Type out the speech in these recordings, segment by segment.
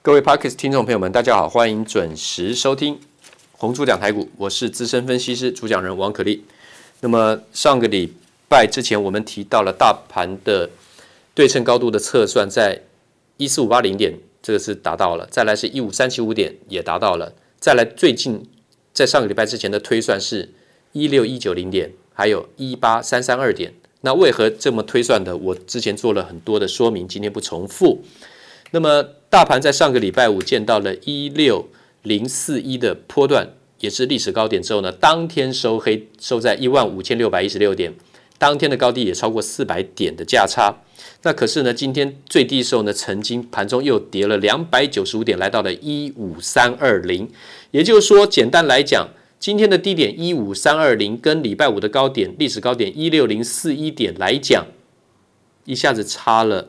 各位 Podcast 听众朋友们，大家好，欢迎准时收听红猪讲台股，我是资深分析师主讲人王可立。那么上个礼拜之前，我们提到了大盘的对称高度的测算在14580点，这个是达到了；再来是15375点也达到了；再来最近在上个礼拜之前的推算是16190点，还有18332点。那为何这么推算的？我之前做了很多的说明，今天不重复。那么大盘在上个礼拜五见到了16041的波段，也是历史高点之后呢，当天收黑，收在15616点，当天的高低也超过400点的价差。那可是呢，今天最低时候呢，曾经盘中又跌了295点，来到了15320。也就是说，简单来讲，今天的低点15320跟礼拜五的高点历史高点16041点来讲，一下子差了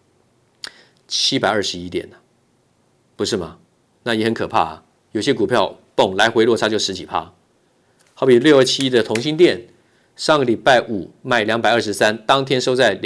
721点呢，不是吗？那也很可怕啊。有些股票蹦来回落差就10几%，好比6271的同心店，上个礼拜五卖223，当天收在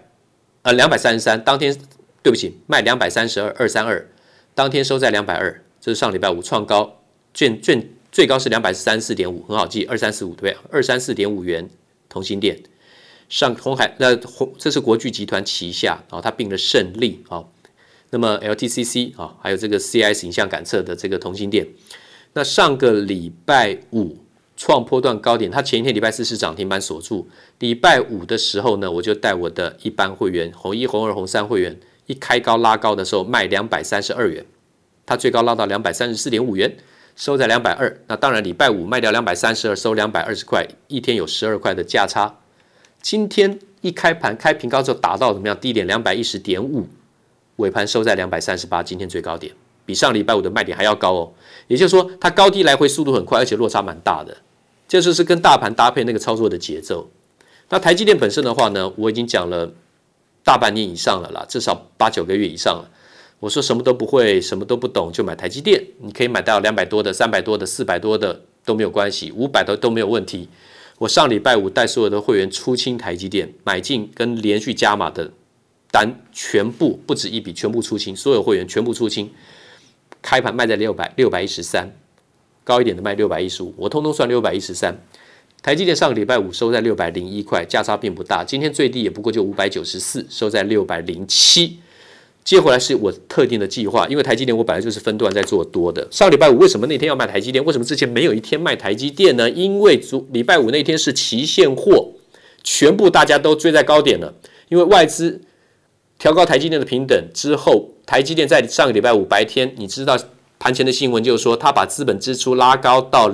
233，当天对不起卖232，当天收在220，这是上礼拜五创高，最高是234.5，很好记，2345对不对？234.5元同心店。上红海这是国巨集团旗下它并了胜利那么 LTCC 还有这个 CIS 影像感测的这个同心店。那上个礼拜五创波段高点，它前一天礼拜四是涨停板锁住，礼拜五的时候呢，我就带我的一般会员红一、红二、红三会员一开高拉高的时候卖232元，它最高拉到234.5元，收在220。那当然礼拜五卖掉232，收220块，一天有12块的价差。今天一开盘开平高之后达到怎么样？低点210.5，尾盘收在238，今天最高点比上礼拜五的卖点还要高哦。也就是说，它高低来回速度很快，而且落差蛮大的，这就是跟大盘搭配那个操作的节奏。那台积电本身的话呢，我已经讲了大半年以上了啦，至少8、9个月以上了。我说什么都不会，什么都不懂，就买台积电，你可以买到200多的、300多的、400多的都没有关系，500的都没有问题。我上礼拜五带所有的会员出清台积电，买进跟连续加码的单全部不止一笔，全部出清，所有会员全部出清。开盘卖在613，高一点的卖615，我通通算613。台积电上个礼拜五收在601块，价差并不大，今天最低也不过就594，收在607。接回来是我特定的计划，因为台积电我本来就是分段在做多的。上礼拜五为什么那天要卖台积电？为什么之前没有一天卖台积电呢？因为礼拜五那天是期现货，全部大家都追在高点了。因为外资调高台积电的平等之后，台积电在上个礼拜五白天，你知道盘前的新闻就是说，他把资本支出拉高到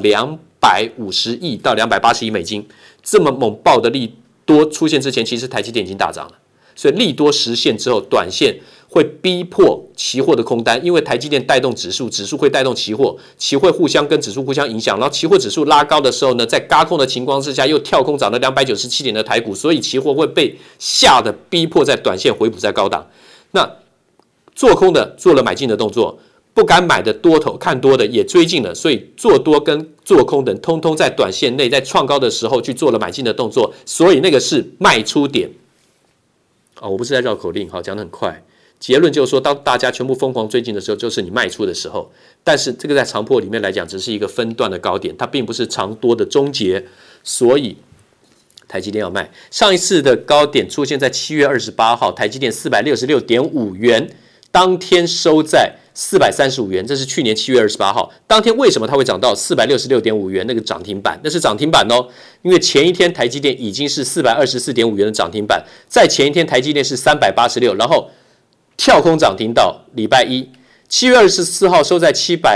250亿到280亿美金，这么猛爆的利多出现之前，其实台积电已经大涨了。所以利多实现之后，短线会逼迫期货的空单，因为台积电带动指数，指数会带动期货，期货互相跟指数互相影响，然后期货指数拉高的时候呢，在轧空的情况之下，又跳空涨了297点的台股，所以期货会被吓得逼迫在短线回补在高档。那做空的做了买进的动作，不敢买的多头看多的也追进了，所以做多跟做空等通通在短线内在创高的时候去做了买进的动作，所以那个是卖出点。我不是在绕口令，讲得很快。结论就是说，当大家全部疯狂追进的时候，就是你卖出的时候。但是这个在长波里面来讲，只是一个分段的高点，它并不是长多的终结。所以台积电要卖。上一次的高点出现在7月28号，台积电466.5元，当天收在435元，这是去年7月28号。当天为什么它会涨到466.5元？那个涨停板，那是涨停板哦。因为前一天台积电已经是424.5元的涨停板，在前一天台积电是386，然后跳空涨停到礼拜一，7月24号收在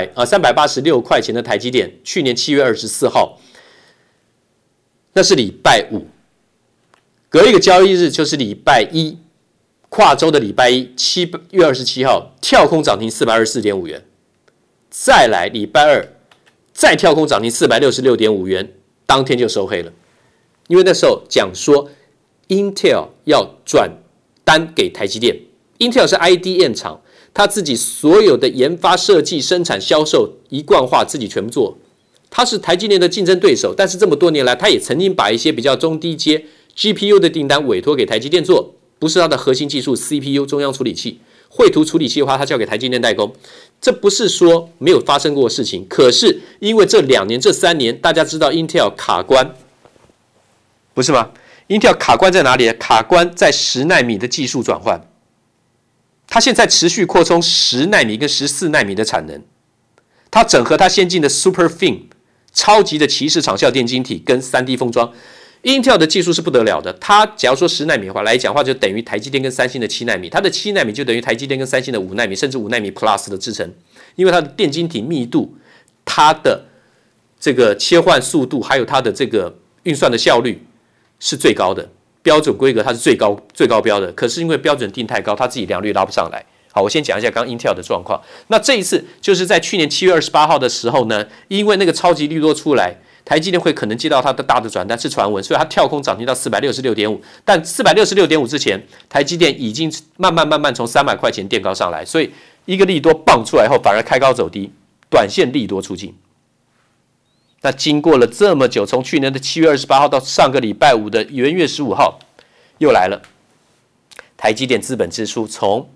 386块钱的台积电，去年7月24号，那是礼拜五，隔一个交易日就是礼拜一。跨周的礼拜一，7月27号跳空涨停424.5元，再来礼拜二再跳空涨停466.5元，当天就收黑了。因为那时候讲说 Intel 要转单给台积电， Intel 是 IDM 厂，他自己所有的研发、设计、生产、销售一贯化自己全部做，他是台积电的竞争对手，但是这么多年来，他也曾经把一些比较中低阶 GPU 的订单委托给台积电做。不是它的核心技术 CPU 中央处理器， 绘图处理器的话，它交给台积电代工。这不是说没有发生过的事情，可是因为这2年、这3年，大家知道 Intel 卡关，不是吗 ？Intel 卡关在哪里？卡关在10奈米的技术转换，它现在持续扩充10奈米跟14奈米的产能，它整合它先进的 Super Fin 超级的骑士长效电晶体跟 3D 封装。Intel 的技术是不得了的，它假如说10奈米的话来讲话，就等于台积电跟三星的7奈米，它的7奈米就等于台积电跟三星的5奈米，甚至5奈米 Plus 的制程，因为它的电晶体密度、它的这个切换速度，还有它的这个运算的效率是最高的，标准规格它是最高标的，可是因为标准定太高，它自己良率拉不上来。好，我先讲一下刚刚 Intel 的状况。那这一次就是在去年7月28号的时候呢，因为那个超级利多出来。台积电会可能接到它的大的转单是传闻，所以它跳空涨停到466.5，但466.5之前，台积电已经慢慢从300块钱垫高上来，所以一个利多棒出来后，反而开高走低，短线利多出尽。那经过了这么久，从去年的7月28号到上个礼拜五的元月15号，又来了，台积电资本支出从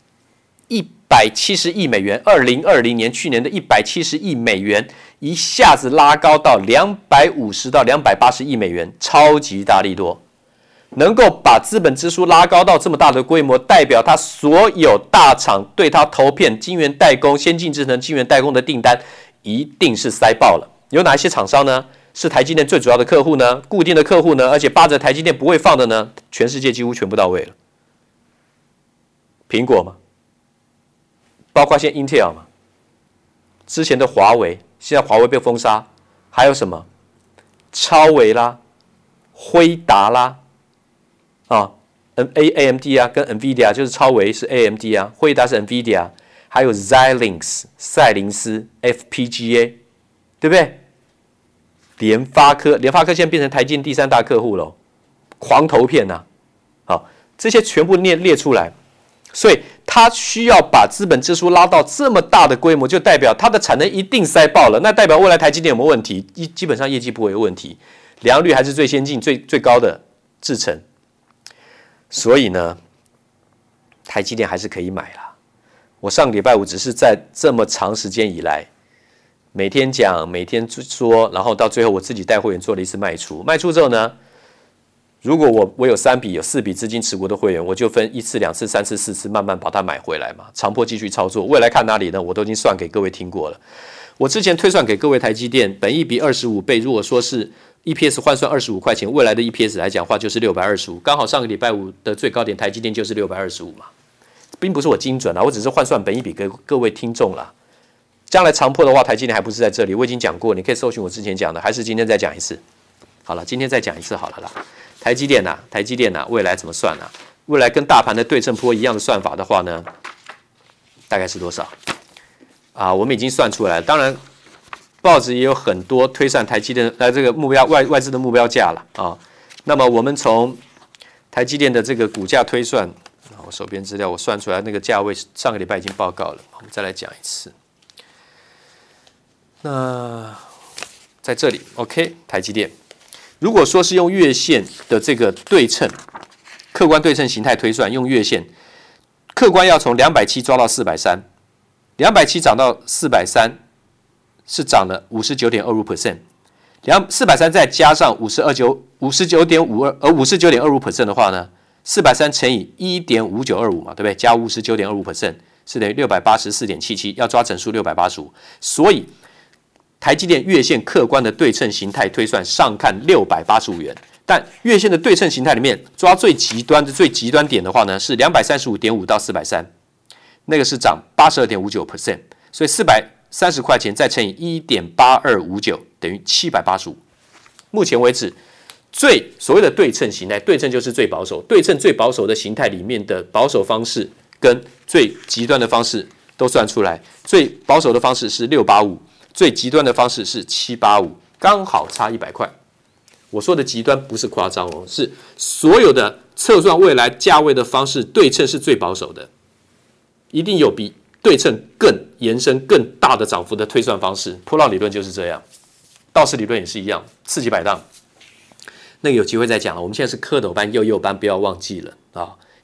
170亿美元，2020年去年的170亿美元，一下子拉高到250到280亿美元，超级大利多，能够把资本支出拉高到这么大的规模，代表它所有大厂对它投片、晶圆代工、先进制程晶圆代工的订单，一定是塞爆了。有哪些厂商呢？是台积电最主要的客户呢？固定的客户呢？而且扒着台积电不会放的呢？全世界几乎全部到位了。苹果嘛，包括现在 Intel 嘛，之前的华为，现在华为被封杀，还有什么超微啦、辉达啦，AMD 啊，跟 NVIDIA 就是超微是 AMD 啊，辉达是 NVIDIA， 还有 Xilinx 赛灵思 FPGA， 对不对？联发科现在变成台积电第3大客户了，狂投片呐，好，这些全部列出来。所以它需要把资本支出拉到这么大的规模，就代表它的产能一定塞爆了。那代表未来台积电有没有问题？基本上业绩不会有问题，良率还是最先进、最高的制程。所以呢，台积电还是可以买啦。我上个礼拜五只是在这么长时间以来，每天讲、每天说，然后到最后我自己带会员做了一次卖出。卖出之后呢？如果我有4笔资金持股的会员，我就分1次、2次、3次、4次，慢慢把它买回来嘛，长波继续操作。未来看哪里呢？我都已经算给各位听过了。我之前推算给各位台积电，本益比25倍，如果说是 EPS 换算25块钱，未来的 EPS 来讲话就是625，刚好上个礼拜五的最高点，台积电就是625嘛，并不是我精准啦，我只是换算本益比给各位听众啦。将来长波的话，台积电还不是在这里，我已经讲过，你可以搜寻我之前讲的，还是今天再讲一次。好了，今天再讲一次好了啦。台积电呐，未来怎么算啊？未来跟大盘的对称波一样的算法的话呢，大概是多少？我们已经算出来了。当然，报纸也有很多推算台积电这个目标外资的目标价了啊。那么我们从台积电的这个股价推算，我手边资料我算出来那个价位，上个礼拜已经报告了，我们再来讲一次。那在这里 ，OK， 台积电。如果说是用月线的这个对称，客观对称形态推算，用月线，客观要从270抓到430，270涨到430是涨了59.25%，430再加上59.52% 的话呢，430乘以1.5925嘛，对不对？加59.25%是等于684.77，要抓整数685，所以。台积电月线客观的对称形态推算上看685元，但月线的对称形态里面抓最极端点的话呢，是235.5到430，那个是涨82.59%，所以430块钱再乘以1.8259等于785。目前为止，所谓的对称形态，对称就是最保守，对称最保守的形态里面的保守方式跟最极端的方式都算出来，最保守的方式是685。最极端的方式是785，刚好差100块。我说的极端不是夸张哦，是所有的测算未来价位的方式，对称是最保守的，一定有比对称更延伸更大的涨幅的推算方式。波浪理论就是这样，道氏理论也是一样，刺激摆荡。那个有机会再讲了。我们现在是蝌蚪班、幼班，不要忘记了啊！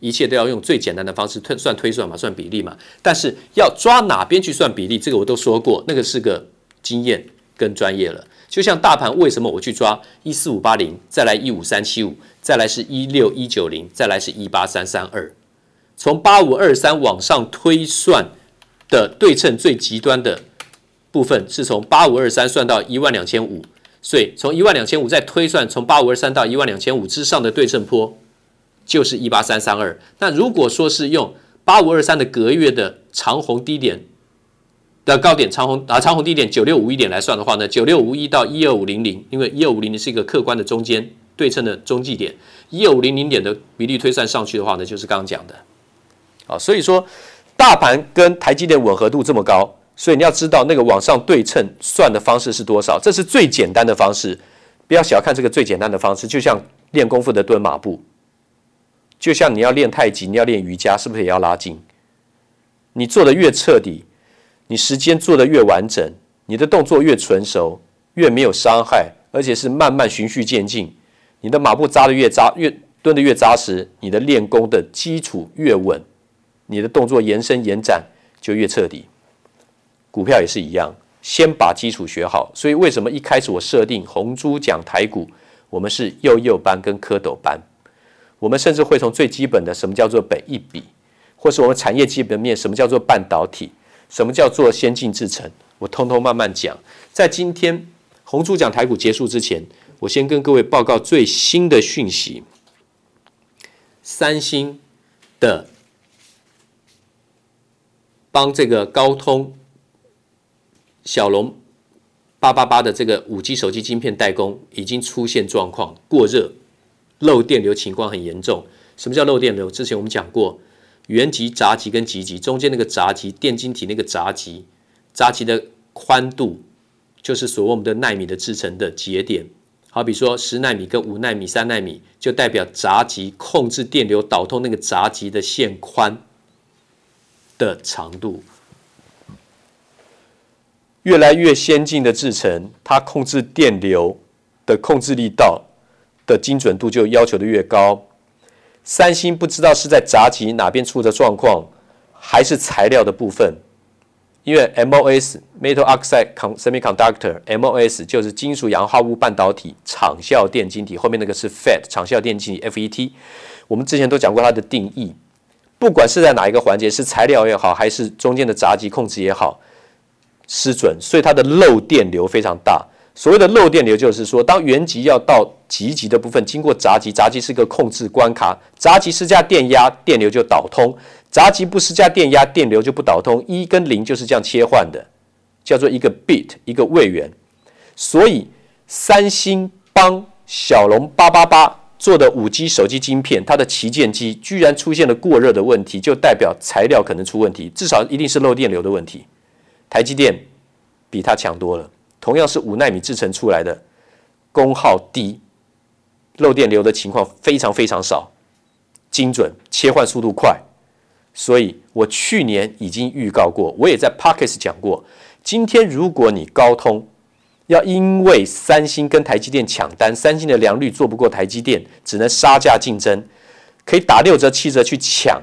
一切都要用最简单的方式推算嘛，算比例嘛。但是要抓哪边去算比例，这个我都说过，那个是个经验跟专业了。就像大盘为什么我去抓14580，再来15375，再来是16190，再来是18332，从8523往上推算的对称最极端的部分是从8523算到12500，所以从12500再推算从8523到12500之上的对称波就是18332。那如果说是用8523的隔月的长红低点的高点长红低点9651点来算的话呢，9651到12500，因为12500是一个客观的中间对称的中继点，12500点的比例推算上去的话呢，就是刚刚讲的。好，所以说大盘跟台积电吻合度这么高，所以你要知道那个往上对称算的方式是多少，这是最简单的方式。不要小看这个最简单的方式，就像练功夫的蹲马步，就像你要练太极，你要练瑜伽，是不是也要拉筋？你做的越彻底，你时间做的越完整，你的动作越纯熟，越没有伤害，而且是慢慢循序渐进。你的马步扎得越蹲得越扎实，你的练功的基础越稳，你的动作延伸延展就越彻底。股票也是一样，先把基础学好。所以为什么一开始我设定红猪讲台股，我们是幼班跟蝌蚪班，我们甚至会从最基本的什么叫做本益比，或是我们产业基本面什么叫做半导体，什么叫做先进制程，我通通慢慢讲。在今天红猪讲台股结束之前，我先跟各位报告最新的讯息。三星的帮这个高通骁龙888的这个5G 手机晶片代工已经出现状况，过热，漏电流情况很严重。什么叫漏电流？之前我们讲过，原极、闸极跟极极中间那个闸极，电晶体那个闸极的宽度就是所谓我们的纳米的制成的节点。好比说10奈米跟5奈米、3奈米，就代表闸极控制电流导通那个闸极的线宽的长度。越来越先进的制程，它控制电流的控制力道的精准度就要求的越高。三星不知道是在闸极哪边出的状况，还是材料的部分。因为 MOS Metal Oxide Semiconductor MOS 就是金属氧化物半导体场效电晶体，后面那个是 FET 场效电晶体 FET。我们之前都讲过它的定义，不管是在哪一个环节，是材料也好，还是中间的闸极控制也好，失准，所以它的漏电流非常大。所谓的漏电流就是说，当原极要到极极的部分，经过闸极，闸极是个控制关卡，闸极施加电压，电流就导通；闸极不施加电压，电流就不导通。1跟0就是这样切换的，叫做一个 bit 一个位元。所以三星帮骁龙888做的5G 手机晶片，它的旗舰机居然出现了过热的问题，就代表材料可能出问题，至少一定是漏电流的问题。台积电比它强多了，同样是5奈米制成出来的，功耗低，漏电流的情况非常非常少，精准，切换速度快。所以我去年已经预告过，我也在 Podcast 讲过，今天如果你高通要因为三星跟台积电抢单，三星的良率做不过台积电，只能杀价竞争，可以打6折7折去抢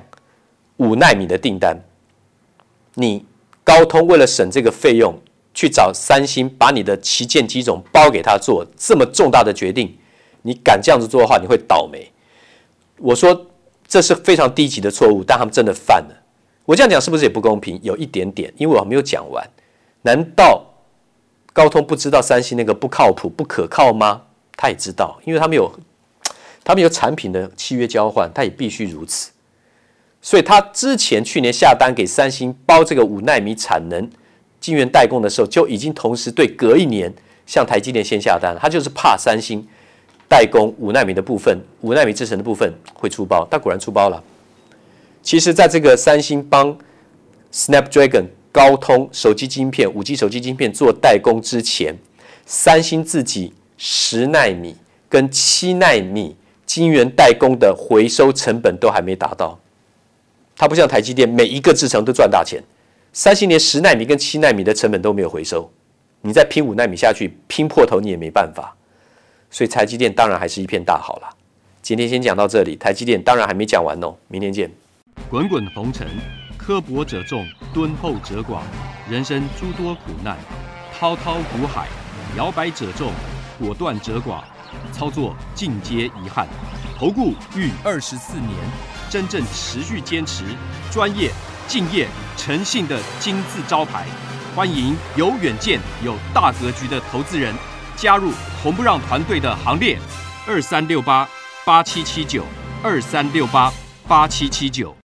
5奈米的订单，你高通为了省这个费用，去找三星把你的旗舰机种包给他做这么重大的决定，你敢这样子做的话，你会倒霉。我说这是非常低级的错误，但他们真的犯了。我这样讲是不是也不公平？有一点点，因为我还没有讲完。难道高通不知道三星那个不靠谱、不可靠吗？他也知道，因为他们有产品的契约交换，他也必须如此。所以他之前去年下单给三星包这个5奈米产能晶圆代工的时候，就已经同时对隔一年向台积电先下单了。他就是怕三星代工5奈米的部分，5奈米制程的部分会出包，但果然出包了。其实在这个三星帮 Snapdragon 高通手机晶片 5G 手机晶片做代工之前，三星自己10奈米跟7奈米晶圆代工的回收成本都还没达到。它不像台积电每一个制程都赚大钱，三星连10奈米跟7奈米的成本都没有回收，你再拼5奈米下去，拼破头你也没办法。所以台积电当然还是一片大好啦。 今天先讲到这里，台积电当然还没讲完哦，明天见。 滚滚红尘，刻薄者众，敦厚者寡；人生诸多苦难，滔滔苦海，摇摆者众，果断者寡。操作尽皆遗憾。投顾逾24年，真正持续坚持、专业、敬业、诚信的金字招牌。欢迎有远见、有大格局的投资人加入红不让团队的行列。23688779，23688779。